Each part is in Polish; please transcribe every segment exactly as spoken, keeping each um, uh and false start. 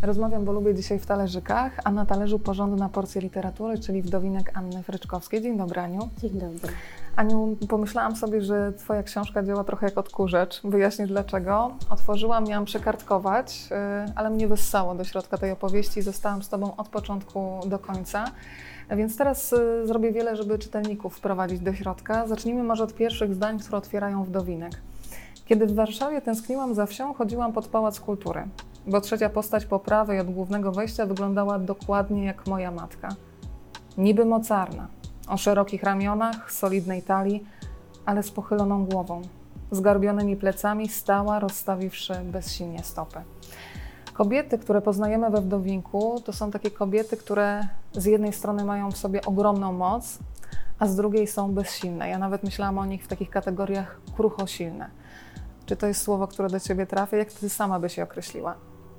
Rozmawiam, bo lubię dzisiaj w talerzykach, a na talerzu porządna porcja literatury, czyli Wdowinek Anny Fryczkowskiej. Dzień dobry, Aniu. Dzień dobry. Aniu, pomyślałam sobie, że Twoja książka działa trochę jak odkurzacz. Wyjaśnię dlaczego. Otworzyłam, miałam przekartkować, ale mnie wyssało do środka tej opowieści i zostałam z Tobą od początku do końca. Więc teraz zrobię wiele, żeby czytelników wprowadzić do środka. Zacznijmy może od pierwszych zdań, które otwierają Wdowinek. Kiedy w Warszawie tęskniłam za wsią, chodziłam pod Pałac Kultury, bo trzecia postać po prawej od głównego wejścia wyglądała dokładnie jak moja matka. Niby mocarna, o szerokich ramionach, solidnej talii, ale z pochyloną głową, zgarbionymi plecami stała, rozstawiwszy bezsilnie stopy. Kobiety, które poznajemy we Wdowinku, to są takie kobiety, które z jednej strony mają w sobie ogromną moc, a z drugiej są bezsilne. Ja nawet myślałam o nich w takich kategoriach kruchosilne. Czy to jest słowo, które do Ciebie trafia? Jak Ty sama byś je określiła?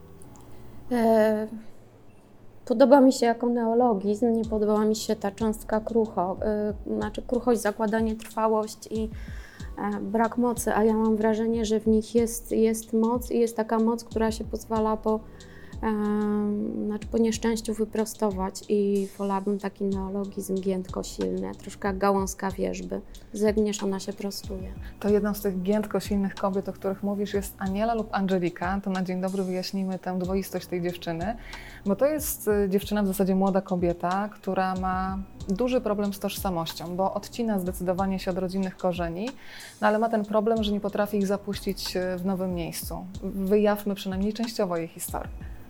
E, podoba mi się jako neologizm, nie podoba mi się ta cząstka krucho. E, znaczy kruchość, zakładanie, trwałość i e, brak mocy, a ja mam wrażenie, że w nich jest, jest moc i jest taka moc, która się pozwala po, e, znaczy po nieszczęściu wyprostować i wolałabym taki neologizm giętko silny, troszkę jak gałązka wierzby. Zegniesz, ona się prostuje. To jedną z tych giętko silnych kobiet, o których mówisz, jest Aniela lub Angelika. To na dzień dobry wyjaśnijmy tę dwoistość tej dziewczyny, bo to jest dziewczyna, w zasadzie młoda kobieta, która ma duży problem z tożsamością, bo odcina zdecydowanie się od rodzinnych korzeni, no ale ma ten problem, że nie potrafi ich zapuścić w nowym miejscu. Wyjawmy przynajmniej częściowo jej historię.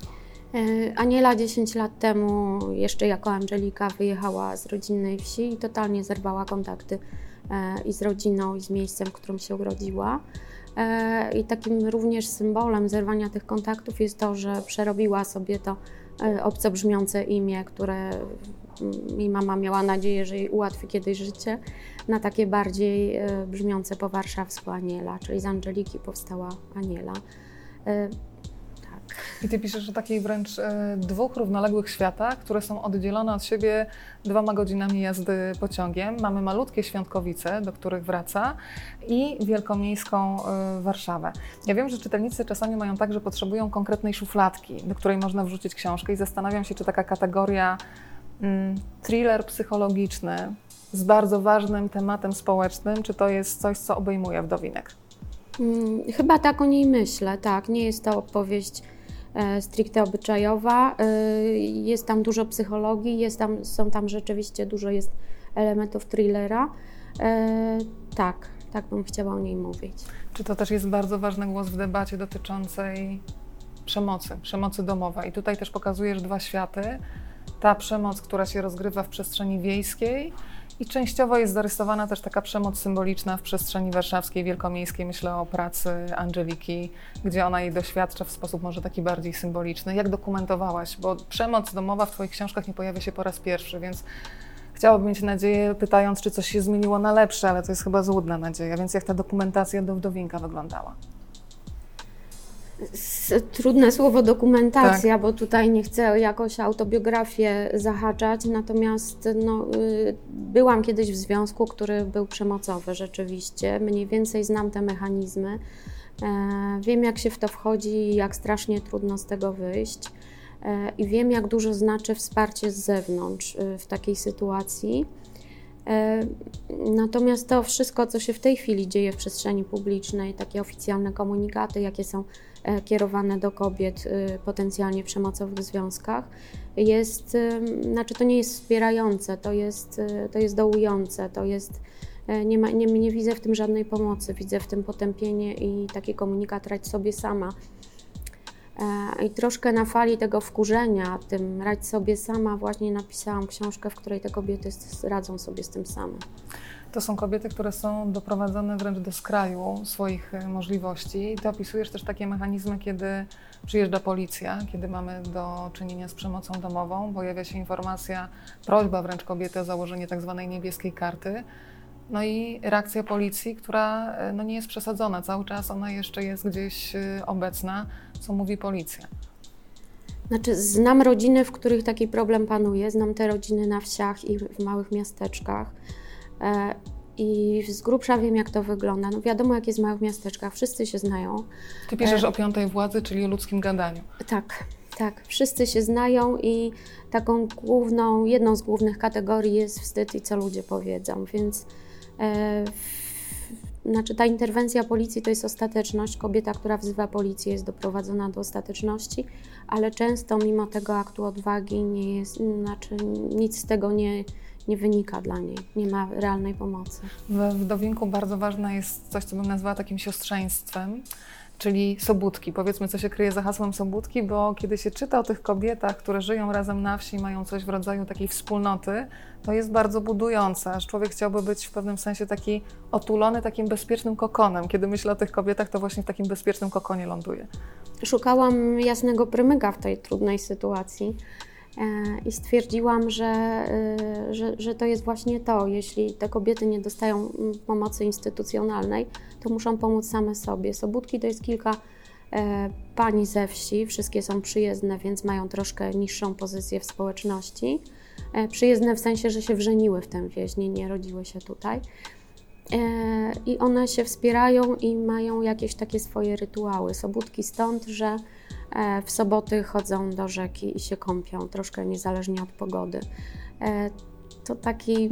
Aniela dziesięć lat temu, jeszcze jako Angelika, wyjechała z rodzinnej wsi i totalnie zerwała kontakty i z rodziną, i z miejscem, w którym się urodziła. I takim również symbolem zerwania tych kontaktów jest to, że przerobiła sobie to obco brzmiące imię, które jej mama miała nadzieję, że jej ułatwi kiedyś życie, na takie bardziej brzmiące po warszawsku Aniela, czyli z Angeliki powstała Aniela. I Ty piszesz o takiej wręcz y, dwóch równoległych światach, które są oddzielone od siebie dwoma godzinami jazdy pociągiem. Mamy malutkie Świątkowice, do których wraca, i wielkomiejską y, Warszawę. Ja wiem, że czytelnicy czasami mają tak, że potrzebują konkretnej szufladki, do której można wrzucić książkę, i zastanawiam się, czy taka kategoria y, thriller psychologiczny z bardzo ważnym tematem społecznym, czy to jest coś, co obejmuje Wdowinek? Hmm, chyba tak o niej myślę, tak. Nie jest to opowieść e, stricte obyczajowa. E, jest tam dużo psychologii, jest tam, są tam rzeczywiście dużo jest elementów thrillera. E, tak, tak bym chciała o niej mówić. Czy to też jest bardzo ważny głos w debacie dotyczącej przemocy, przemocy domowej? I tutaj też pokazujesz dwa światy. Ta przemoc, która się rozgrywa w przestrzeni wiejskiej, i częściowo jest zarysowana też taka przemoc symboliczna w przestrzeni warszawskiej, wielkomiejskiej. Myślę o pracy Angeliki, gdzie ona jej doświadcza w sposób może taki bardziej symboliczny. Jak dokumentowałaś? Bo przemoc domowa w Twoich książkach nie pojawia się po raz pierwszy, więc chciałabym mieć nadzieję, pytając, czy coś się zmieniło na lepsze, ale to jest chyba złudna nadzieja. Więc jak ta dokumentacja do Wdowinka wyglądała? Trudne słowo dokumentacja, tak. Bo tutaj nie chcę jakoś autobiografię zahaczać, natomiast no, byłam kiedyś w związku, który był przemocowy rzeczywiście. Mniej więcej znam te mechanizmy. E, wiem, jak się w to wchodzi i jak strasznie trudno z tego wyjść. E, I wiem, jak dużo znaczy wsparcie z zewnątrz e, w takiej sytuacji. Natomiast to wszystko, co się w tej chwili dzieje w przestrzeni publicznej, takie oficjalne komunikaty, jakie są kierowane do kobiet potencjalnie w przemocowych związkach, jest, znaczy to nie jest wspierające, to jest, to jest dołujące, to jest, nie, ma, nie, nie widzę w tym żadnej pomocy, widzę w tym potępienie i taki komunikat radź sobie sama. I troszkę na fali tego wkurzenia, tym radź sobie sama, właśnie napisałam książkę, w której te kobiety radzą sobie z tym same. To są kobiety, które są doprowadzone wręcz do skraju swoich możliwości. Ty opisujesz też takie mechanizmy, kiedy przyjeżdża policja, kiedy mamy do czynienia z przemocą domową, pojawia się informacja, prośba wręcz kobiety o założenie tak zwanej niebieskiej karty. No i reakcja policji, która no nie jest przesadzona, cały czas ona jeszcze jest gdzieś obecna. Co mówi policja? Znaczy, znam rodziny, w których taki problem panuje, znam te rodziny na wsiach i w małych miasteczkach. I z grubsza wiem, jak to wygląda. No wiadomo, jak jest w małych miasteczkach, wszyscy się znają. Ty piszesz e... o piątej władzy, czyli o ludzkim gadaniu. Tak, Tak, wszyscy się znają i taką główną, jedną z głównych kategorii jest wstyd i co ludzie powiedzą, więc e, w, znaczy ta interwencja policji to jest ostateczność. Kobieta, która wzywa policję, jest doprowadzona do ostateczności, ale często mimo tego aktu odwagi nie jest, znaczy nic z tego nie, nie wynika dla niej, nie ma realnej pomocy. We wdowinku bardzo ważne jest coś, co bym nazwała takim siostrzeństwem, czyli sobótki. Powiedzmy, co się kryje za hasłem sobótki, bo kiedy się czyta o tych kobietach, które żyją razem na wsi, mają coś w rodzaju takiej wspólnoty, to jest bardzo budujące, aż człowiek chciałby być w pewnym sensie taki otulony takim bezpiecznym kokonem. Kiedy myślę o tych kobietach, to właśnie w takim bezpiecznym kokonie ląduje. Szukałam jasnego prymyka w tej trudnej sytuacji i stwierdziłam, że, że, że to jest właśnie to. Jeśli te kobiety nie dostają pomocy instytucjonalnej, to muszą pomóc same sobie. Sobótki to jest kilka pań ze wsi, wszystkie są przyjezdne, więc mają troszkę niższą pozycję w społeczności. Przyjezdne w sensie, że się wrzeniły w tę wieś, nie, nie rodziły się tutaj. I one się wspierają i mają jakieś takie swoje rytuały. Sobótki stąd, że w soboty chodzą do rzeki i się kąpią, troszkę niezależnie od pogody. To taki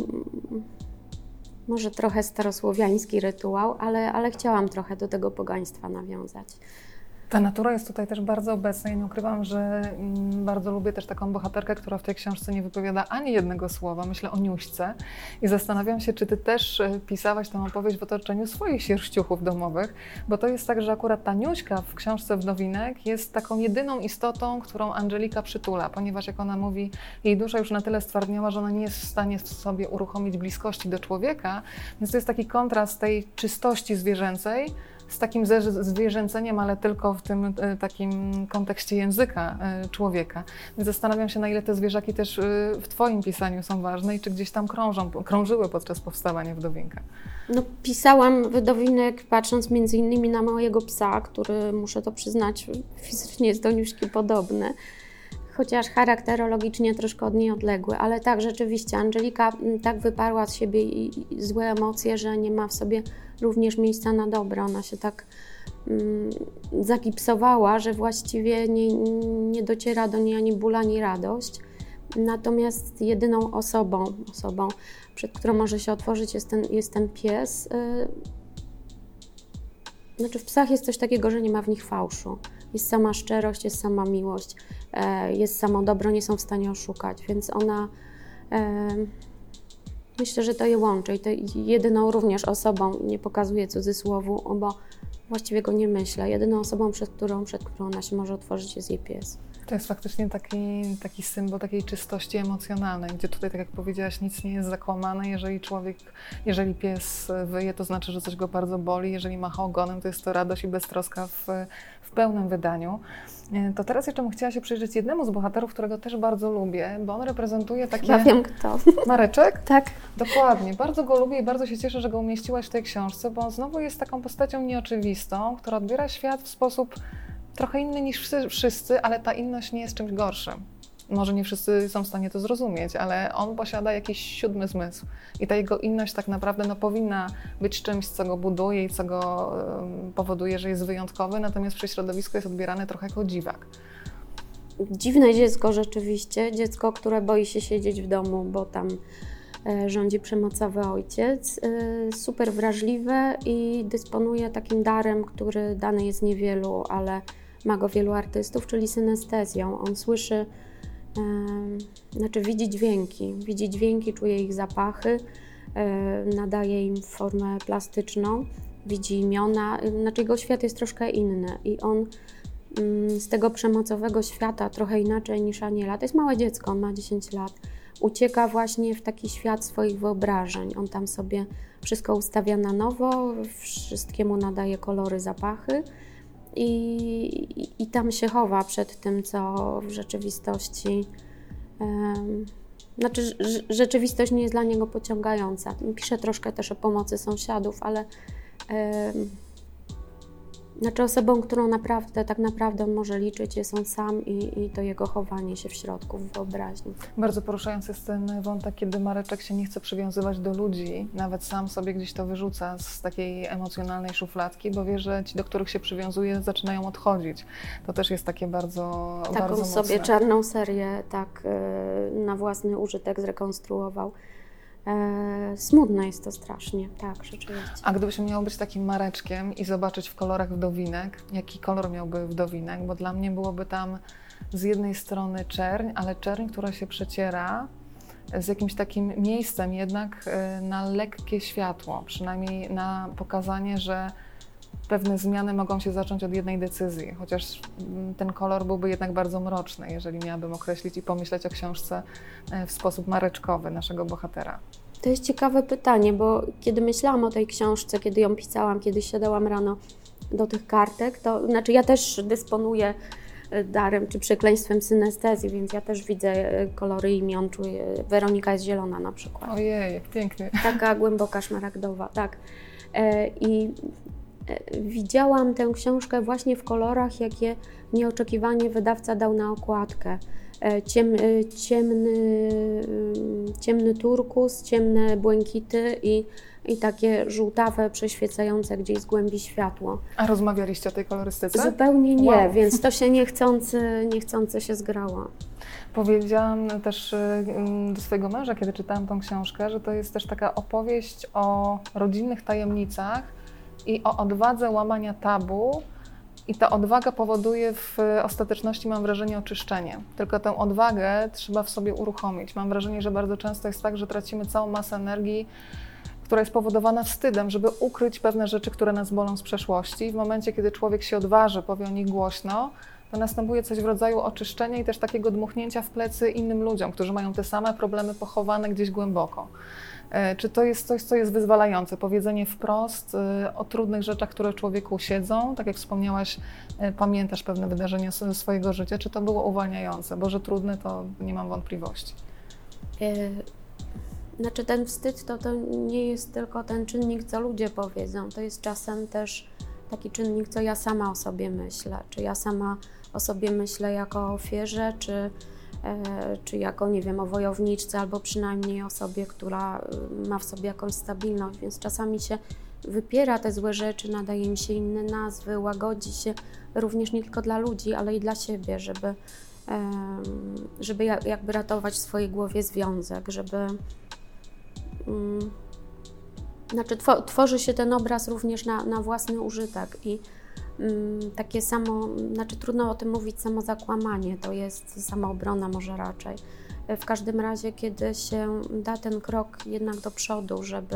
może trochę starosłowiański rytuał, ale, ale chciałam trochę do tego pogaństwa nawiązać. Ta natura jest tutaj też bardzo obecna i nie ukrywam, że bardzo lubię też taką bohaterkę, która w tej książce nie wypowiada ani jednego słowa. Myślę o Niuśce i zastanawiam się, czy ty też pisałaś tę opowieść w otoczeniu swoich sierściuchów domowych, bo to jest tak, że akurat ta Niuśka w książce Wdowinek jest taką jedyną istotą, którą Angelika przytula, ponieważ jak ona mówi, jej dusza już na tyle stwardniała, że ona nie jest w stanie w sobie uruchomić bliskości do człowieka, więc to jest taki kontrast tej czystości zwierzęcej z takim zwierzęceniem, ale tylko w tym y, takim kontekście języka y, człowieka. Więc zastanawiam się, na ile te zwierzaki też y, w twoim pisaniu są ważne i czy gdzieś tam krążą, krążyły podczas powstawania Wdowinka. No, pisałam Wdowinek patrząc między innymi na mojego psa, który, muszę to przyznać, fizycznie jest do Niuśki podobny, chociaż charakterologicznie troszkę od niej odległy, ale tak, rzeczywiście Angelika tak wyparła z siebie i, i złe emocje, że nie ma w sobie również miejsca na dobre. Ona się tak mm, zagipsowała, że właściwie nie, nie dociera do niej ani ból, ani radość. Natomiast jedyną osobą, osobą, przed którą może się otworzyć, jest ten, jest ten pies. Yy, znaczy w psach jest coś takiego, że nie ma w nich fałszu. Jest sama szczerość, jest sama miłość, yy, jest samo dobro, nie są w stanie oszukać, więc ona... Yy, Myślę, że to je łączy i to jedyną również osobą, nie pokazuję cudzysłowu, bo właściwie go nie myślę, jedyną osobą, przed którą, przed którą ona się może otworzyć, jest jej pies. To jest faktycznie taki, taki symbol takiej czystości emocjonalnej, gdzie tutaj, tak jak powiedziałaś, nic nie jest zakłamane. Jeżeli człowiek, jeżeli pies wyje, to znaczy, że coś go bardzo boli. Jeżeli macha ogonem, to jest to radość i beztroska w, w pełnym wydaniu. To teraz jeszcze bym chciała się przyjrzeć jednemu z bohaterów, którego też bardzo lubię, bo on reprezentuje takie... Ja wiem kto. Mareczek? Tak. Dokładnie. Bardzo go lubię i bardzo się cieszę, że go umieściłaś w tej książce, bo on znowu jest taką postacią nieoczywistą, która odbiera świat w sposób trochę inny niż wszyscy, ale ta inność nie jest czymś gorszym. Może nie wszyscy są w stanie to zrozumieć, ale on posiada jakiś siódmy zmysł i ta jego inność tak naprawdę no, powinna być czymś, co go buduje i co go um, powoduje, że jest wyjątkowy, natomiast przez środowisko jest odbierany trochę jako dziwak. Dziwne dziecko rzeczywiście, dziecko, które boi się siedzieć w domu, bo tam e, rządzi przemocowy ojciec, e, super wrażliwe i dysponuje takim darem, który dany jest niewielu, ale ma go wielu artystów, czyli synestezją. On słyszy, e, znaczy widzi dźwięki, widzi dźwięki, czuje ich zapachy, e, nadaje im formę plastyczną, widzi imiona, znaczy jego świat jest troszkę inny i on z tego przemocowego świata, trochę inaczej niż Aniela, to jest małe dziecko, on ma dziesięć lat, ucieka właśnie w taki świat swoich wyobrażeń. On tam sobie wszystko ustawia na nowo, wszystkiemu nadaje kolory, zapachy i, i, i tam się chowa przed tym, co w rzeczywistości... Um, znaczy, rz- rzeczywistość nie jest dla niego pociągająca. Pisze troszkę też o pomocy sąsiadów, ale... Um, Znaczy osobą, którą naprawdę, tak naprawdę on może liczyć, jest on sam i, i to jego chowanie się w środku, w wyobraźni. Bardzo poruszający jest ten wątek, kiedy Mareczek się nie chce przywiązywać do ludzi, nawet sam sobie gdzieś to wyrzuca z takiej emocjonalnej szufladki, bo wie, że ci, do których się przywiązuje, zaczynają odchodzić. To też jest takie bardzo, Taką bardzo mocne. sobie czarną serię tak na własny użytek zrekonstruował. E, smutne jest to strasznie, tak, rzeczywiście. A gdybyś miał być takim Mareczkiem i zobaczyć w kolorach wdowinek, jaki kolor miałby wdowinek? Bo dla mnie byłoby tam z jednej strony czerń, ale czerń, która się przeciera z jakimś takim miejscem jednak na lekkie światło, przynajmniej na pokazanie, że pewne zmiany mogą się zacząć od jednej decyzji, chociaż ten kolor byłby jednak bardzo mroczny, jeżeli miałabym określić i pomyśleć o książce w sposób mareczkowy naszego bohatera. To jest ciekawe pytanie, bo kiedy myślałam o tej książce, kiedy ją pisałam, kiedy siadałam rano do tych kartek, to znaczy ja też dysponuję darem czy przekleństwem synestezji, więc ja też widzę kolory imion, czuję. Weronika jest zielona na przykład. Ojej, jak pięknie. Taka głęboka szmaragdowa, tak. I widziałam tę książkę właśnie w kolorach, jakie nieoczekiwanie wydawca dał na okładkę. Ciem, ciemny, ciemny turkus, ciemne błękity i, i takie żółtawe, przeświecające gdzieś z głębi światło. A rozmawialiście o tej kolorystyce? Zupełnie nie, Wow. Więc to się niechcący, niechcący się zgrało. Powiedziałam też do swojego męża, kiedy czytałam tą książkę, że to jest też taka opowieść o rodzinnych tajemnicach i o odwadze łamania tabu. I ta odwaga powoduje w ostateczności, mam wrażenie, oczyszczenie. Tylko tę odwagę trzeba w sobie uruchomić. Mam wrażenie, że bardzo często jest tak, że tracimy całą masę energii, która jest powodowana wstydem, żeby ukryć pewne rzeczy, które nas bolą z przeszłości. I w momencie, kiedy człowiek się odważy, powie o nich głośno, to następuje coś w rodzaju oczyszczenia i też takiego dmuchnięcia w plecy innym ludziom, którzy mają te same problemy pochowane gdzieś głęboko. Czy to jest coś, co jest wyzwalające? Powiedzenie wprost o trudnych rzeczach, które w człowieku siedzą, tak jak wspomniałaś, pamiętasz pewne wydarzenia ze swojego życia, czy to było uwalniające? Bo że trudne, to nie mam wątpliwości. Znaczy ten wstyd to, to nie jest tylko ten czynnik, co ludzie powiedzą, to jest czasem też taki czynnik, co ja sama o sobie myślę, czy ja sama o sobie myślę jako o ofierze, czy czy jako, nie wiem, o wojowniczce, albo przynajmniej osobie, która ma w sobie jakąś stabilność, więc czasami się wypiera te złe rzeczy, nadaje im się inne nazwy, łagodzi się również nie tylko dla ludzi, ale i dla siebie, żeby, żeby jakby ratować w swojej głowie związek, żeby... Znaczy tworzy się ten obraz również na, na własny użytek i takie samo, znaczy trudno o tym mówić, samozakłamanie, to jest samoobrona może raczej. W każdym razie, kiedy się da ten krok jednak do przodu, żeby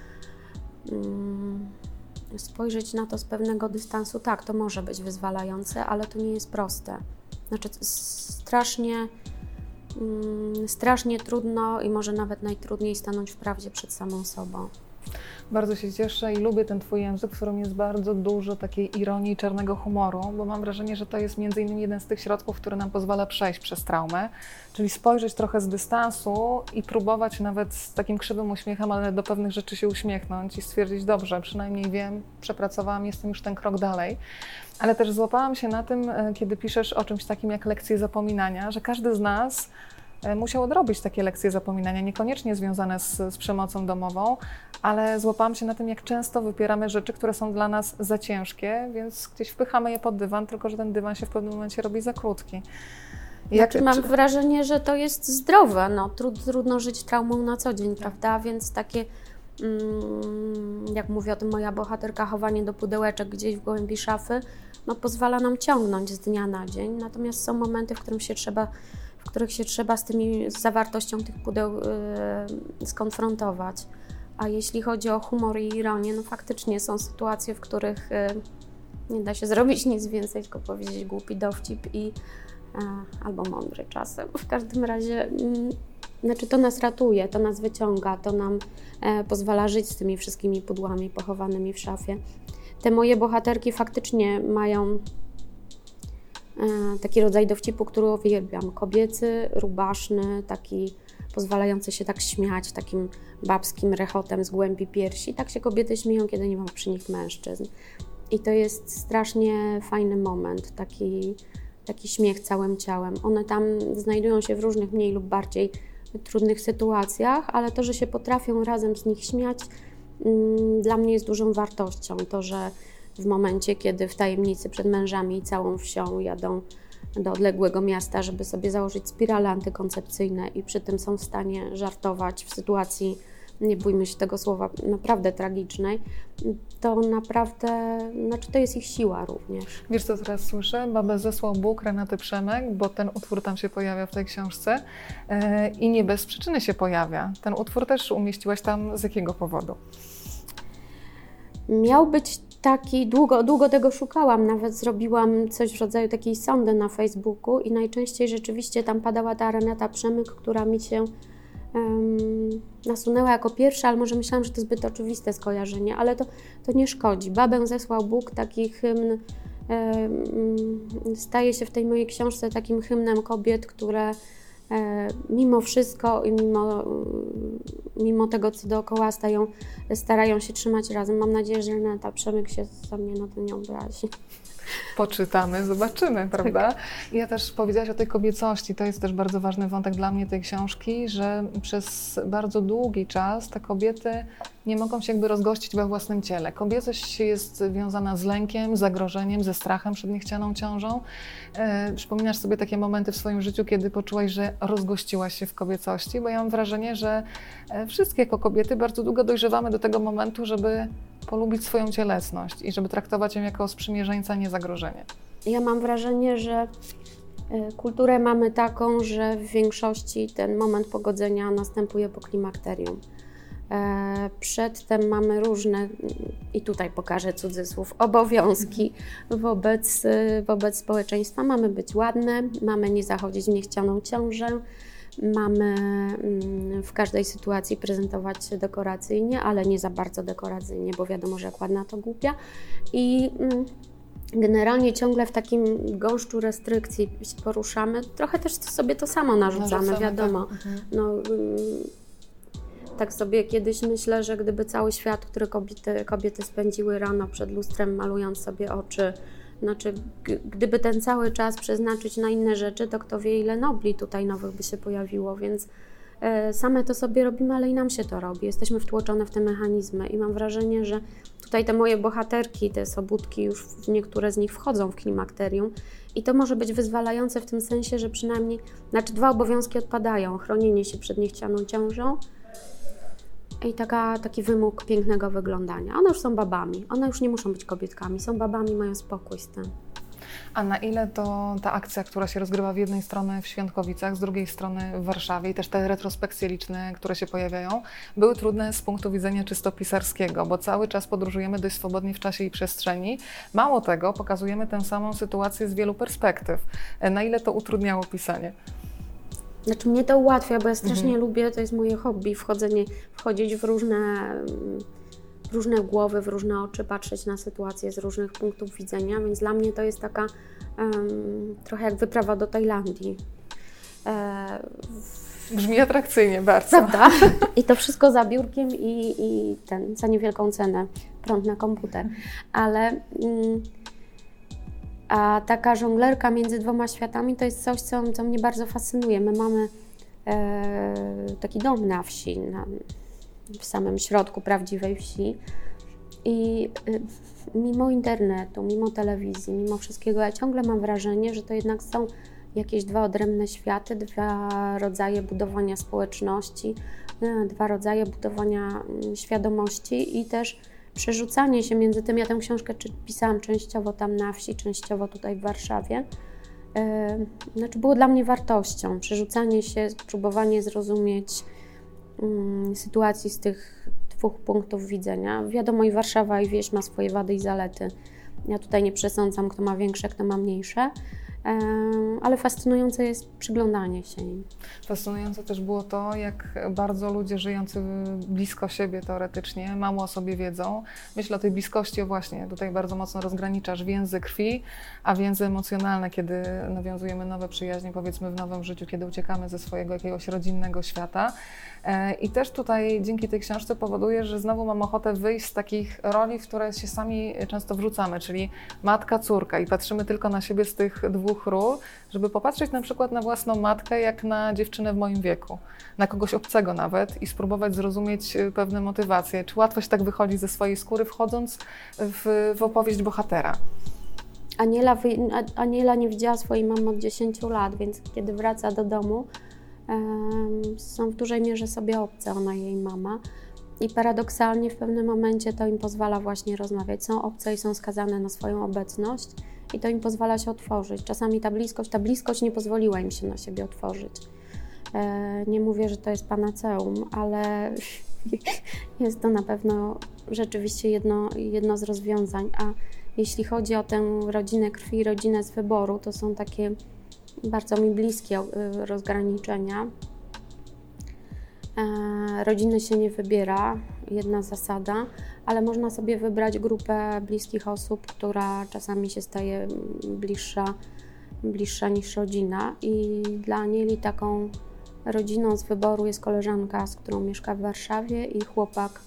um, spojrzeć na to z pewnego dystansu, tak, to może być wyzwalające, ale to nie jest proste. Znaczy strasznie, um, strasznie trudno i może nawet najtrudniej stanąć w prawdzie przed samą sobą. Bardzo się cieszę i lubię ten Twój język, w którym jest bardzo dużo takiej ironii i czarnego humoru, bo mam wrażenie, że to jest między innymi jeden z tych środków, który nam pozwala przejść przez traumę, czyli spojrzeć trochę z dystansu i próbować nawet z takim krzywym uśmiechem, ale do pewnych rzeczy się uśmiechnąć i stwierdzić, dobrze, przynajmniej wiem, przepracowałam, jestem już ten krok dalej. Ale też złapałam się na tym, kiedy piszesz o czymś takim jak lekcje zapominania, że każdy z nas musiał odrobić takie lekcje zapominania, niekoniecznie związane z, z przemocą domową, ale złapałam się na tym, jak często wypieramy rzeczy, które są dla nas za ciężkie, więc gdzieś wpychamy je pod dywan, tylko że ten dywan się w pewnym momencie robi za krótki. Jak, znaczy, mam czy... wrażenie, że to jest zdrowe, no, trud, trudno żyć traumą na co dzień, prawda, więc takie, mm, jak mówi o tym moja bohaterka, chowanie do pudełeczek gdzieś w głębi szafy, no, pozwala nam ciągnąć z dnia na dzień, natomiast są momenty, w którym się trzeba w których się trzeba z tymi z zawartością tych pudeł yy, skonfrontować. A jeśli chodzi o humor i ironię, no faktycznie są sytuacje, w których yy, nie da się zrobić nic więcej, tylko powiedzieć głupi dowcip i yy, albo mądry czasem. W każdym razie, yy, znaczy to nas ratuje, to nas wyciąga, to nam yy, pozwala żyć z tymi wszystkimi pudłami pochowanymi w szafie. Te moje bohaterki faktycznie mają taki rodzaj dowcipu, który uwielbiam. Kobiecy, rubaszny, taki pozwalający się tak śmiać, takim babskim rechotem z głębi piersi. Tak się kobiety śmieją, kiedy nie ma przy nich mężczyzn. I to jest strasznie fajny moment, taki, taki śmiech całym ciałem. One tam znajdują się w różnych mniej lub bardziej trudnych sytuacjach, ale to, że się potrafią razem z nich śmiać, mm, dla mnie jest dużą wartością. To, że w momencie, kiedy w tajemnicy przed mężami i całą wsią jadą do odległego miasta, żeby sobie założyć spirale antykoncepcyjne i przy tym są w stanie żartować w sytuacji, nie bójmy się tego słowa, naprawdę tragicznej, to naprawdę, znaczy to jest ich siła również. Wiesz, co teraz słyszę? Babę zesłał Bóg, Renaty Przemek, bo ten utwór tam się pojawia w tej książce yy, i nie bez przyczyny się pojawia. Ten utwór też umieściłaś tam z jakiego powodu? Miał być taki, długo, długo tego szukałam, nawet zrobiłam coś w rodzaju takiej sondy na Facebooku i najczęściej rzeczywiście tam padała ta Renata Przemyk, która mi się um, nasunęła jako pierwsza, ale może myślałam, że to zbyt oczywiste skojarzenie, ale to, to nie szkodzi. Babę zesłał Bóg, taki hymn um, staje się w tej mojej książce takim hymnem kobiet, które e, mimo wszystko i mimo, mimo tego, co dookoła stają, starają się trzymać razem. Mam nadzieję, że Renata Przemyk się za mnie na to nie obrazi. Poczytamy, zobaczymy, prawda? Ja też powiedziałaś o tej kobiecości, to jest też bardzo ważny wątek dla mnie tej książki, że przez bardzo długi czas te kobiety nie mogą się jakby rozgościć we własnym ciele. Kobiecość jest związana z lękiem, zagrożeniem, ze strachem przed niechcianą ciążą. E, przypominasz sobie takie momenty w swoim życiu, kiedy poczułaś, że rozgościłaś się w kobiecości? Bo ja mam wrażenie, że wszystkie jako kobiety bardzo długo dojrzewamy do tego momentu, żeby polubić swoją cielesność i żeby traktować ją jako sprzymierzeńca, nie zagrożenie. Ja mam wrażenie, że kulturę mamy taką, że w większości ten moment pogodzenia następuje po klimakterium. Przedtem mamy różne, i tutaj pokażę cudzysłów, obowiązki wobec, wobec społeczeństwa. Mamy być ładne, mamy nie zachodzić w niechcianą ciążę, mamy w każdej sytuacji prezentować się dekoracyjnie, ale nie za bardzo dekoracyjnie, bo wiadomo, że jak ładna, to głupia. I generalnie ciągle w takim gąszczu restrykcji się poruszamy. Trochę też sobie to samo narzucamy, narzucamy wiadomo. Tak. No, tak sobie kiedyś myślę, że gdyby cały świat, który kobiety, kobiety spędziły rano przed lustrem, malując sobie oczy, znaczy g- gdyby ten cały czas przeznaczyć na inne rzeczy, to kto wie, ile nobli tutaj nowych by się pojawiło, więc e, same to sobie robimy, ale i nam się to robi. Jesteśmy wtłoczone w te mechanizmy i mam wrażenie, że tutaj te moje bohaterki, te sobótki, już w niektóre z nich wchodzą w klimakterium i to może być wyzwalające w tym sensie, że przynajmniej, znaczy dwa obowiązki odpadają, chronienie się przed niechcianą ciążą i taka, taki wymóg pięknego wyglądania. One już są babami, one już nie muszą być kobietkami, są babami, mają spokój z tym. A na ile to ta akcja, która się rozgrywa w jednej strony w Świętkowicach, z drugiej strony w Warszawie i też te retrospekcje liczne, które się pojawiają, były trudne z punktu widzenia czysto pisarskiego, bo cały czas podróżujemy dość swobodnie w czasie i przestrzeni. Mało tego, pokazujemy tę samą sytuację z wielu perspektyw. Na ile to utrudniało pisanie? Znaczy mnie to ułatwia, bo ja strasznie mhm. lubię, to jest moje hobby, wchodzenie, wchodzić w różne, w różne głowy, w różne oczy, patrzeć na sytuację z różnych punktów widzenia, więc dla mnie to jest taka um, trochę jak wyprawa do Tajlandii. E, w... Brzmi atrakcyjnie bardzo. Prawda? I to wszystko za biurkiem i, i ten, za niewielką cenę, prąd na komputer. Ale... Mm, A taka żonglerka między dwoma światami to jest coś, co, co mnie bardzo fascynuje. My mamy e, taki dom na wsi, na, w samym środku prawdziwej wsi i e, mimo internetu, mimo telewizji, mimo wszystkiego, ja ciągle mam wrażenie, że to jednak są jakieś dwa odrębne światy, dwa rodzaje budowania społeczności, e, dwa rodzaje budowania m, świadomości i też przerzucanie się między tym, ja tę książkę pisałam częściowo tam na wsi, częściowo tutaj w Warszawie, yy, znaczy było dla mnie wartością, przerzucanie się, próbowanie zrozumieć yy, sytuacji z tych dwóch punktów widzenia. Wiadomo, i Warszawa, i wieś ma swoje wady i zalety. Ja tutaj nie przesądzam, kto ma większe, kto ma mniejsze, ale fascynujące jest przyglądanie się im. Fascynujące też było to, jak bardzo ludzie żyjący blisko siebie teoretycznie mało o sobie wiedzą. Myślę o tej bliskości, o właśnie, tutaj bardzo mocno rozgraniczasz więzy krwi, a więzy emocjonalne, kiedy nawiązujemy nowe przyjaźnie, powiedzmy w nowym życiu, kiedy uciekamy ze swojego jakiegoś rodzinnego świata. I też tutaj dzięki tej książce powoduje, że znowu mam ochotę wyjść z takich roli, w które się sami często wrzucamy, czyli matka, córka i patrzymy tylko na siebie z tych dwóch ról, żeby popatrzeć na przykład na własną matkę jak na dziewczynę w moim wieku, na kogoś obcego nawet i spróbować zrozumieć pewne motywacje. Czy łatwo się tak wychodzi ze swojej skóry, wchodząc w, w opowieść bohatera? Aniela, Aniela nie widziała swojej mamy od dziesięciu lat, więc kiedy wraca do domu, są w dużej mierze sobie obce, ona i jej mama. I paradoksalnie w pewnym momencie to im pozwala właśnie rozmawiać. Są obce i są skazane na swoją obecność i to im pozwala się otworzyć. Czasami ta bliskość, ta bliskość nie pozwoliła im się na siebie otworzyć. Nie mówię, że to jest panaceum, ale jest to na pewno rzeczywiście jedno, jedno z rozwiązań. A jeśli chodzi o tę rodzinę krwi, rodzinę z wyboru, to są takie bardzo mi bliskie rozgraniczenia. Rodziny się nie wybiera, jedna zasada, ale można sobie wybrać grupę bliskich osób, która czasami się staje bliższa, bliższa niż rodzina. I dla Anieli taką rodziną z wyboru jest koleżanka, z którą mieszka w Warszawie i chłopak,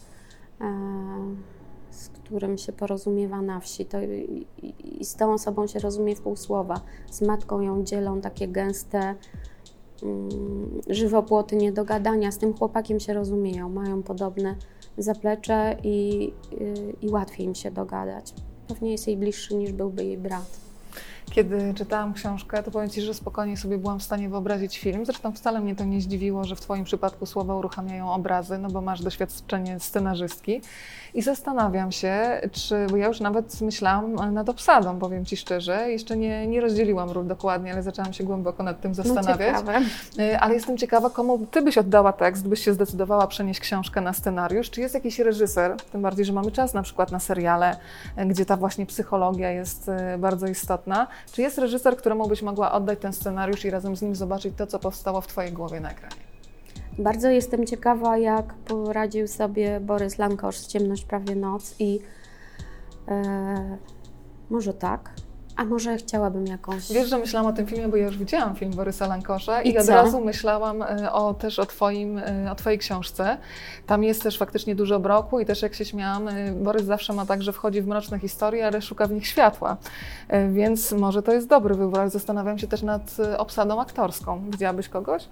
z którym się porozumiewa na wsi. To i, i, i z tą osobą się rozumie w pół słowa. Z matką ją dzielą takie gęste mm, żywopłoty, niedogadania. Z tym chłopakiem się rozumieją, mają podobne zaplecze i, i, i łatwiej im się dogadać. Pewnie jest jej bliższy niż byłby jej brat. Kiedy czytałam książkę, to powiem Ci, że spokojnie sobie byłam w stanie wyobrazić film. Zresztą wcale mnie to nie zdziwiło, że w Twoim przypadku słowa uruchamiają obrazy, no bo masz doświadczenie scenarzystki. I zastanawiam się, czy, bo ja już nawet myślałam nad obsadą, powiem Ci szczerze. Jeszcze nie, nie rozdzieliłam ról dokładnie, ale zaczęłam się głęboko nad tym zastanawiać. No ciekawe. Ale jestem ciekawa, komu Ty byś oddała tekst, byś się zdecydowała przenieść książkę na scenariusz. Czy jest jakiś reżyser, tym bardziej, że mamy czas na przykład na seriale, gdzie ta właśnie psychologia jest bardzo istotna. Czy jest reżyser, któremu byś mogła oddać ten scenariusz i razem z nim zobaczyć to, co powstało w Twojej głowie na ekranie? Bardzo jestem ciekawa, jak poradził sobie Borys Lankosz z Ciemność prawie noc i e, może tak, a może chciałabym jakąś... Wiesz, że myślałam o tym filmie, bo ja już widziałam film Borysa Lankosza i, I od co? razu myślałam o, też o, twoim, o Twojej książce. Tam jest też faktycznie dużo broku i też jak się śmiałam, Borys zawsze ma tak, że wchodzi w mroczne historie, ale szuka w nich światła. Więc może to jest dobry wybór. Zastanawiam się też nad obsadą aktorską. Widziałabyś kogoś?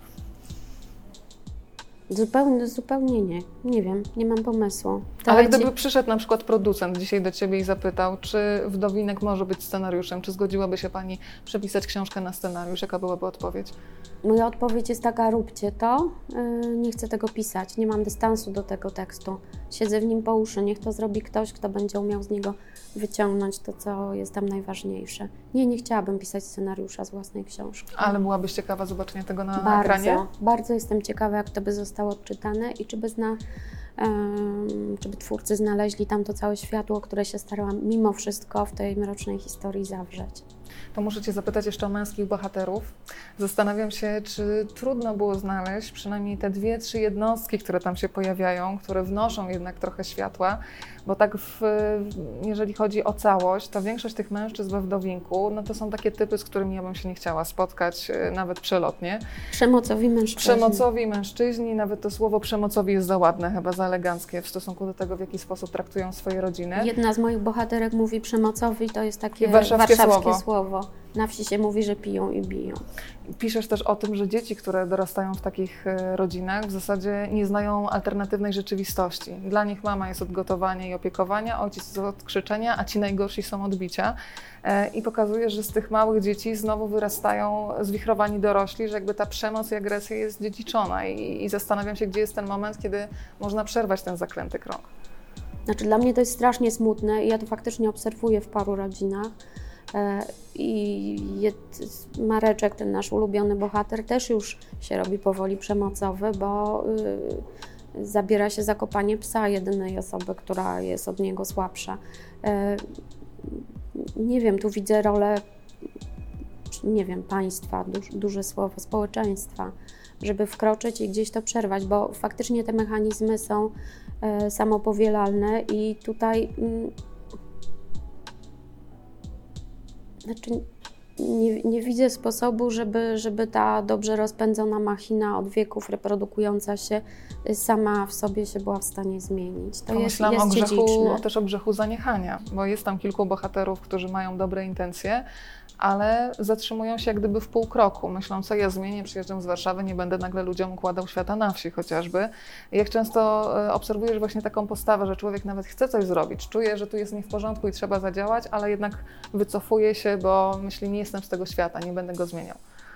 Zupełnie, zupełnie nie. Nie wiem, nie mam pomysłu. To Ale leci... gdyby przyszedł na przykład producent dzisiaj do Ciebie i zapytał, czy Wdowinek może być scenariuszem, czy zgodziłaby się Pani przepisać książkę na scenariusz, jaka byłaby odpowiedź? Moja odpowiedź jest taka, róbcie to, yy, nie chcę tego pisać, nie mam dystansu do tego tekstu. Siedzę w nim po uszy, niech to zrobi ktoś, kto będzie umiał z niego wyciągnąć to, co jest tam najważniejsze. Nie, nie chciałabym pisać scenariusza z własnej książki. Ale byłabyś ciekawa zobaczenia tego na bardzo, ekranie? Bardzo jestem ciekawa, jak to by zostało odczytane i czy by, zna, um, czy by twórcy znaleźli tam to całe światło, które się starałam mimo wszystko w tej mrocznej historii zawrzeć. To muszę Cię zapytać jeszcze o męskich bohaterów. Zastanawiam się, czy trudno było znaleźć przynajmniej te dwie, trzy jednostki, które tam się pojawiają, które wnoszą jednak trochę światła, bo tak w, jeżeli chodzi o całość, to większość tych mężczyzn we Wdowinku, no to są takie typy, z którymi ja bym się nie chciała spotkać nawet przelotnie. Przemocowi mężczyźni. Przemocowi mężczyźni, nawet to słowo przemocowi jest za ładne, chyba za eleganckie w stosunku do tego, w jaki sposób traktują swoje rodziny. Jedna z moich bohaterek mówi przemocowi, to jest takie warszawskie, warszawskie słowo. słowo. Na wsi się mówi, że piją i biją. Piszesz też o tym, że dzieci, które dorastają w takich rodzinach, w zasadzie nie znają alternatywnej rzeczywistości. Dla nich mama jest od gotowania i opiekowania, ojciec jest od krzyczenia, a ci najgorsi są od bicia. I pokazujesz, że z tych małych dzieci znowu wyrastają zwichrowani dorośli, że jakby ta przemoc i agresja jest dziedziczona. I, i zastanawiam się, gdzie jest ten moment, kiedy można przerwać ten zaklęty krąg. Znaczy, dla mnie to jest strasznie smutne i ja to faktycznie obserwuję w paru rodzinach. I Mareczek, ten nasz ulubiony bohater, też już się robi powoli przemocowy, bo y, zabiera się za kopanie psa jedynej osoby, która jest od niego słabsza. Y, nie wiem, tu widzę rolę czy nie wiem, państwa, duż, duże słowo, społeczeństwa, żeby wkroczyć i gdzieś to przerwać, bo faktycznie te mechanizmy są e, samopowielalne i tutaj mm, znaczy nie, nie widzę sposobu, żeby, żeby ta dobrze rozpędzona machina od wieków reprodukująca się sama w sobie się była w stanie zmienić. To Pomyślałam jest, jest o grzechu, dziedziczne. też o grzechu zaniechania, bo jest tam kilku bohaterów, którzy mają dobre intencje, ale zatrzymują się jak gdyby w pół kroku. Myślą, co ja zmienię, przyjeżdżam z Warszawy, nie będę nagle ludziom układał świata na wsi chociażby. Jak często obserwujesz właśnie taką postawę, że człowiek nawet chce coś zrobić, czuje, że tu jest nie w porządku i trzeba zadziałać, ale jednak wycofuje się, bo myśli, nie jestem z tego świata, nie będę go zmieniał.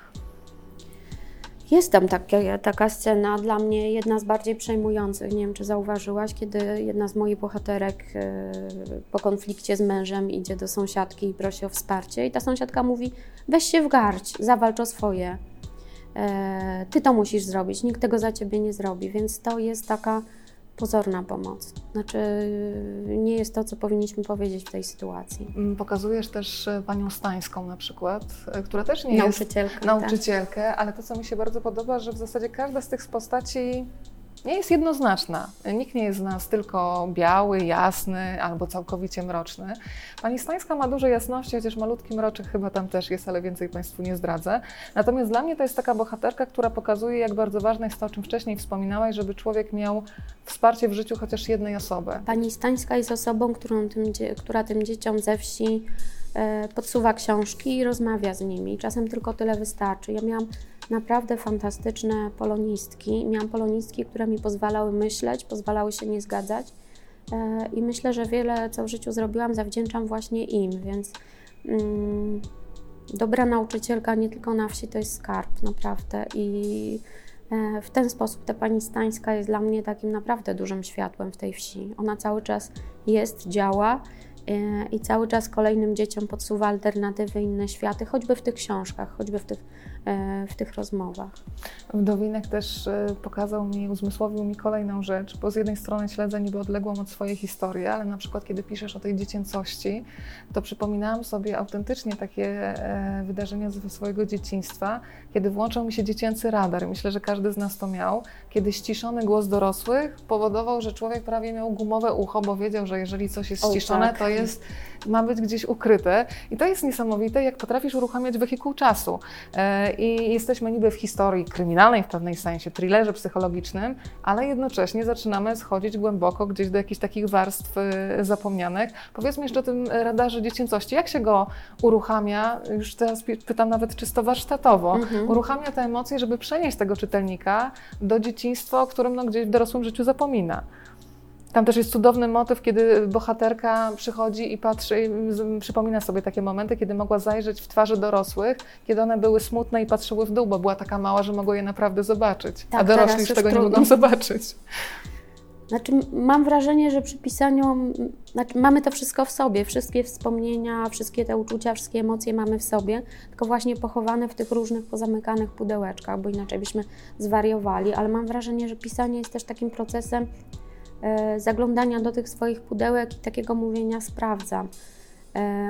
Jest tam takie, taka scena, dla mnie jedna z bardziej przejmujących, nie wiem czy zauważyłaś, kiedy jedna z moich bohaterek yy, po konflikcie z mężem idzie do sąsiadki i prosi o wsparcie i ta sąsiadka mówi, weź się w garść, zawalcz o swoje, yy, ty to musisz zrobić, nikt tego za ciebie nie zrobi, więc to jest taka pozorna pomoc. Znaczy nie jest to, co powinniśmy powiedzieć w tej sytuacji. Pokazujesz też panią Stańską na przykład, która też nie Nauczycielkę, jest nauczycielkę, tak. Ale to, co mi się bardzo podoba, że w zasadzie każda z tych postaci nie jest jednoznaczna. Nikt nie jest z nas tylko biały, jasny albo całkowicie mroczny. Pani Stańska ma dużo jasności, chociaż malutki mroczek chyba tam też jest, ale więcej Państwu nie zdradzę. Natomiast dla mnie to jest taka bohaterka, która pokazuje, jak bardzo ważne jest to, o czym wcześniej wspominałaś, żeby człowiek miał wsparcie w życiu chociaż jednej osoby. Pani Stańska jest osobą, którą tym, która tym dzieciom ze wsi e, podsuwa książki i rozmawia z nimi. Czasem tylko tyle wystarczy. Ja miałam naprawdę fantastyczne polonistki. Miałam polonistki, które mi pozwalały myśleć, pozwalały się nie zgadzać e, i myślę, że wiele, co w życiu zrobiłam, zawdzięczam właśnie im, więc mm, dobra nauczycielka nie tylko na wsi to jest skarb, naprawdę. I e, w ten sposób ta pani Stańska jest dla mnie takim naprawdę dużym światłem w tej wsi. Ona cały czas jest, działa e, i cały czas kolejnym dzieciom podsuwa alternatywy, inne światy, choćby w tych książkach, choćby w tych w tych rozmowach. Wdowinek też pokazał mi, uzmysłowił mi kolejną rzecz, bo z jednej strony śledzę niby odległą od swojej historii, ale na przykład kiedy piszesz o tej dziecięcości, to przypominałam sobie autentycznie takie wydarzenia ze swojego dzieciństwa, kiedy włączał mi się dziecięcy radar. Myślę, że każdy z nas to miał, kiedy ściszony głos dorosłych powodował, że człowiek prawie miał gumowe ucho, bo wiedział, że jeżeli coś jest ściszone, tak, to jest, ma być gdzieś ukryte. I to jest niesamowite, jak potrafisz uruchamiać wehikuł czasu. I jesteśmy niby w historii kryminalnej w pewnej sensie, thrillerze psychologicznym, ale jednocześnie zaczynamy schodzić głęboko gdzieś do jakichś takich warstw zapomnianych. Powiedzmy jeszcze o tym radarze dziecięcości. Jak się go uruchamia? Już teraz pytam nawet czysto warsztatowo. Mhm. Uruchamia te emocje, żeby przenieść tego czytelnika do dzieciństwa, o którym no, gdzieś w dorosłym życiu zapomina. Tam też jest cudowny motyw, kiedy bohaterka przychodzi i patrzy, i przypomina sobie takie momenty, kiedy mogła zajrzeć w twarze dorosłych, kiedy one były smutne i patrzyły w dół, bo była taka mała, że mogła je naprawdę zobaczyć, tak, a dorośli już tego trudno. nie mogą zobaczyć. Znaczy, mam wrażenie, że przy pisaniu znaczy, mamy to wszystko w sobie, wszystkie wspomnienia, wszystkie te uczucia, wszystkie emocje mamy w sobie, tylko właśnie pochowane w tych różnych pozamykanych pudełeczkach, bo inaczej byśmy zwariowali, ale mam wrażenie, że pisanie jest też takim procesem e, zaglądania do tych swoich pudełek i takiego mówienia sprawdzam. E,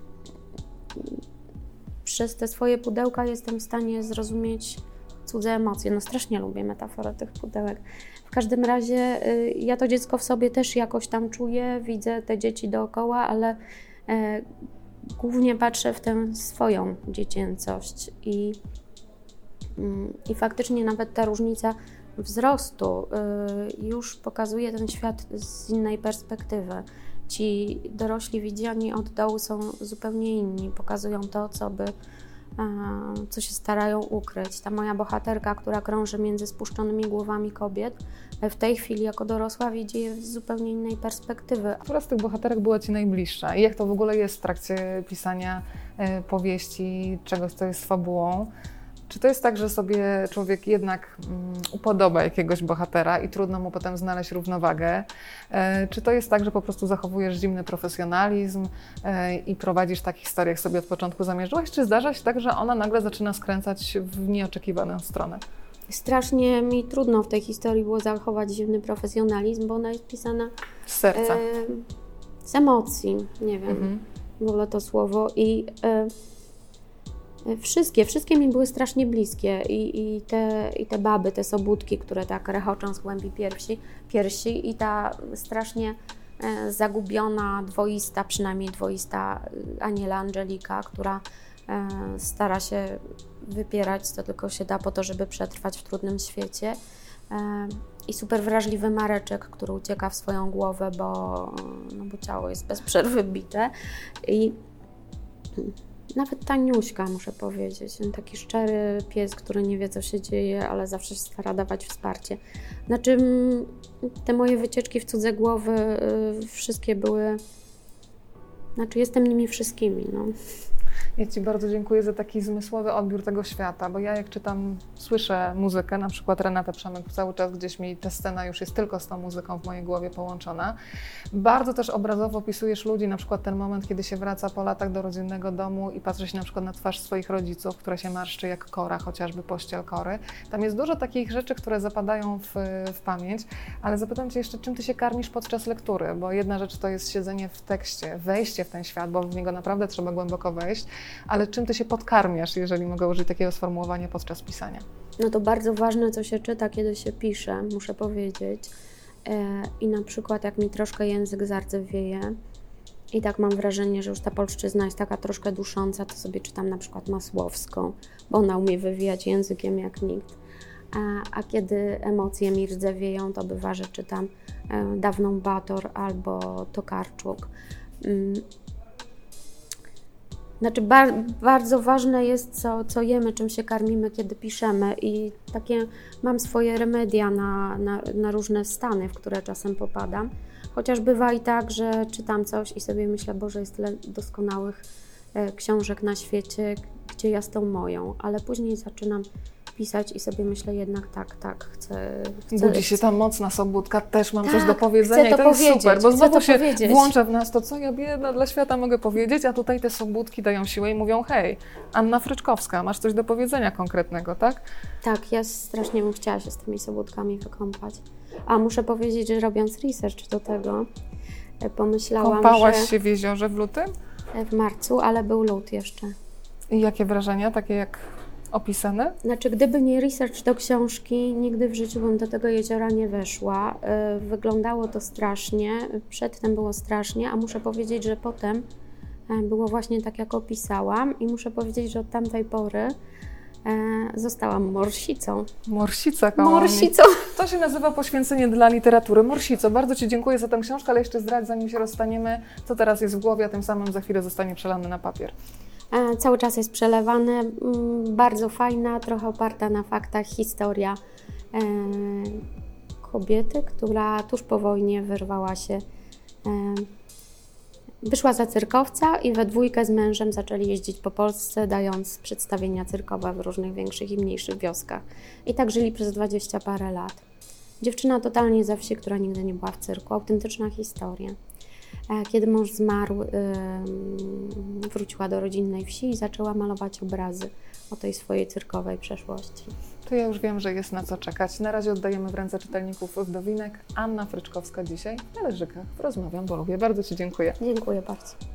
przez te swoje pudełka jestem w stanie zrozumieć cudze emocje. No strasznie lubię metaforę tych pudełek. W każdym razie y, ja to dziecko w sobie też jakoś tam czuję, widzę te dzieci dookoła, ale y, głównie patrzę w tę swoją dziecięcość i, y, i faktycznie nawet ta różnica wzrostu y, już pokazuje ten świat z innej perspektywy. Ci dorośli widziani od dołu są zupełnie inni, pokazują to, co by co się starają ukryć. Ta moja bohaterka, która krąży między spuszczonymi głowami kobiet, w tej chwili jako dorosła widzi je z zupełnie innej perspektywy. Która z tych bohaterek była Ci najbliższa? I jak to w ogóle jest w trakcie pisania powieści, czegoś, co jest fabułą? Czy to jest tak, że sobie człowiek jednak um, upodoba jakiegoś bohatera i trudno mu potem znaleźć równowagę? E, czy to jest tak, że po prostu zachowujesz zimny profesjonalizm e, i prowadzisz takie historie, jak sobie od początku zamierzyłaś? Czy zdarza się tak, że ona nagle zaczyna skręcać w nieoczekiwaną stronę? Strasznie mi trudno w tej historii było zachować zimny profesjonalizm, bo ona jest pisana z serca, e, z emocji, nie wiem, mhm. wolę to słowo i e, Wszystkie, wszystkie mi były strasznie bliskie i, i, te, i te baby, te sobótki, które tak rechoczą z głębi piersi, piersi i ta strasznie e, zagubiona, dwoista, przynajmniej dwoista Aniela Angelika, która e, stara się wypierać co tylko się da po to, żeby przetrwać w trudnym świecie. E, I super wrażliwy Mareczek, który ucieka w swoją głowę, bo, no bo ciało jest bez przerwy bite. I nawet Taniuśka, muszę powiedzieć, ten taki szczery pies, który nie wie, co się dzieje, ale zawsze się stara dawać wsparcie. Znaczy, te moje wycieczki w cudze głowy y, wszystkie były, znaczy jestem nimi wszystkimi, no. Ja Ci bardzo dziękuję za taki zmysłowy odbiór tego świata, bo ja jak czytam, słyszę muzykę, na przykład Renatę Przemek, cały czas gdzieś mi ta scena już jest tylko z tą muzyką w mojej głowie połączona. Bardzo też obrazowo opisujesz ludzi, na przykład ten moment, kiedy się wraca po latach do rodzinnego domu i patrzy się na przykład na twarz swoich rodziców, która się marszczy jak kora, chociażby pościel kory. Tam jest dużo takich rzeczy, które zapadają w, w pamięć, ale zapytam Cię jeszcze, czym Ty się karmisz podczas lektury, bo jedna rzecz to jest siedzenie w tekście, wejście w ten świat, bo w niego naprawdę trzeba głęboko wejść, ale czym Ty się podkarmiasz, jeżeli mogę użyć takiego sformułowania podczas pisania? No to bardzo ważne, co się czyta, kiedy się pisze, muszę powiedzieć. I na przykład jak mi troszkę język zardzewieje i tak mam wrażenie, że już ta polszczyzna jest taka troszkę dusząca, to sobie czytam na przykład Masłowską, bo ona umie wywijać językiem jak nikt. A, a kiedy emocje mi rdzewieją, to bywa, że czytam Dawną Bator albo Tokarczuk. Znaczy bar bardzo ważne jest, co, co jemy, czym się karmimy, kiedy piszemy i takie mam swoje remedia na, na, na różne stany, w które czasem popadam. Chociaż bywa i tak, że czytam coś i sobie myślę, Boże, jest tyle doskonałych e, książek na świecie, gdzie ja z tą moją, ale później zaczynam pisać i sobie myślę jednak tak, tak, chcę... chcę Budzi się ta mocna Sobótka, też mam tak, coś do powiedzenia chcę to i to jest powiedzieć, super, bo chcę znowu to się powiedzieć. włącza w nas to, co ja biedna dla świata mogę powiedzieć, a tutaj te Sobótki dają siłę i mówią, hej, Anna Fryczkowska, masz coś do powiedzenia konkretnego, tak? Tak, ja strasznie bym chciała się z tymi Sobótkami wykąpać. A muszę powiedzieć, że robiąc research do tego, pomyślałam, Kąpałaś że się w jeziorze w lutym? w marcu, ale był lód jeszcze. I jakie wrażenia, takie jak opisane? Znaczy, gdyby nie research do książki, nigdy w życiu bym do tego jeziora nie weszła. Wyglądało to strasznie, przedtem było strasznie, a muszę powiedzieć, że potem było właśnie tak, jak opisałam i muszę powiedzieć, że od tamtej pory zostałam morsicą. Morsica, kochani. Morsicą. To się nazywa poświęcenie dla literatury. Morsico, bardzo Ci dziękuję za tę książkę, ale jeszcze zdradź, zanim się rozstaniemy, co teraz jest w głowie, a tym samym za chwilę zostanie przelane na papier. Cały czas jest przelewany, bardzo fajna, trochę oparta na faktach historia e, kobiety, która tuż po wojnie wyrwała się, e, wyszła za cyrkowca i we dwójkę z mężem zaczęli jeździć po Polsce, dając przedstawienia cyrkowe w różnych większych i mniejszych wioskach. I tak żyli przez dwadzieścia parę lat. Dziewczyna totalnie ze wsi, która nigdy nie była w cyrku, autentyczna historia. Kiedy mąż zmarł, wróciła do rodzinnej wsi i zaczęła malować obrazy o tej swojej cyrkowej przeszłości. To ja już wiem, że jest na co czekać. Na razie oddajemy w ręce czytelników Wdowinek. Anna Fryczkowska dzisiaj w Talerzykach. Rozmawiam, bo lubię. Bardzo Ci dziękuję. Dziękuję bardzo.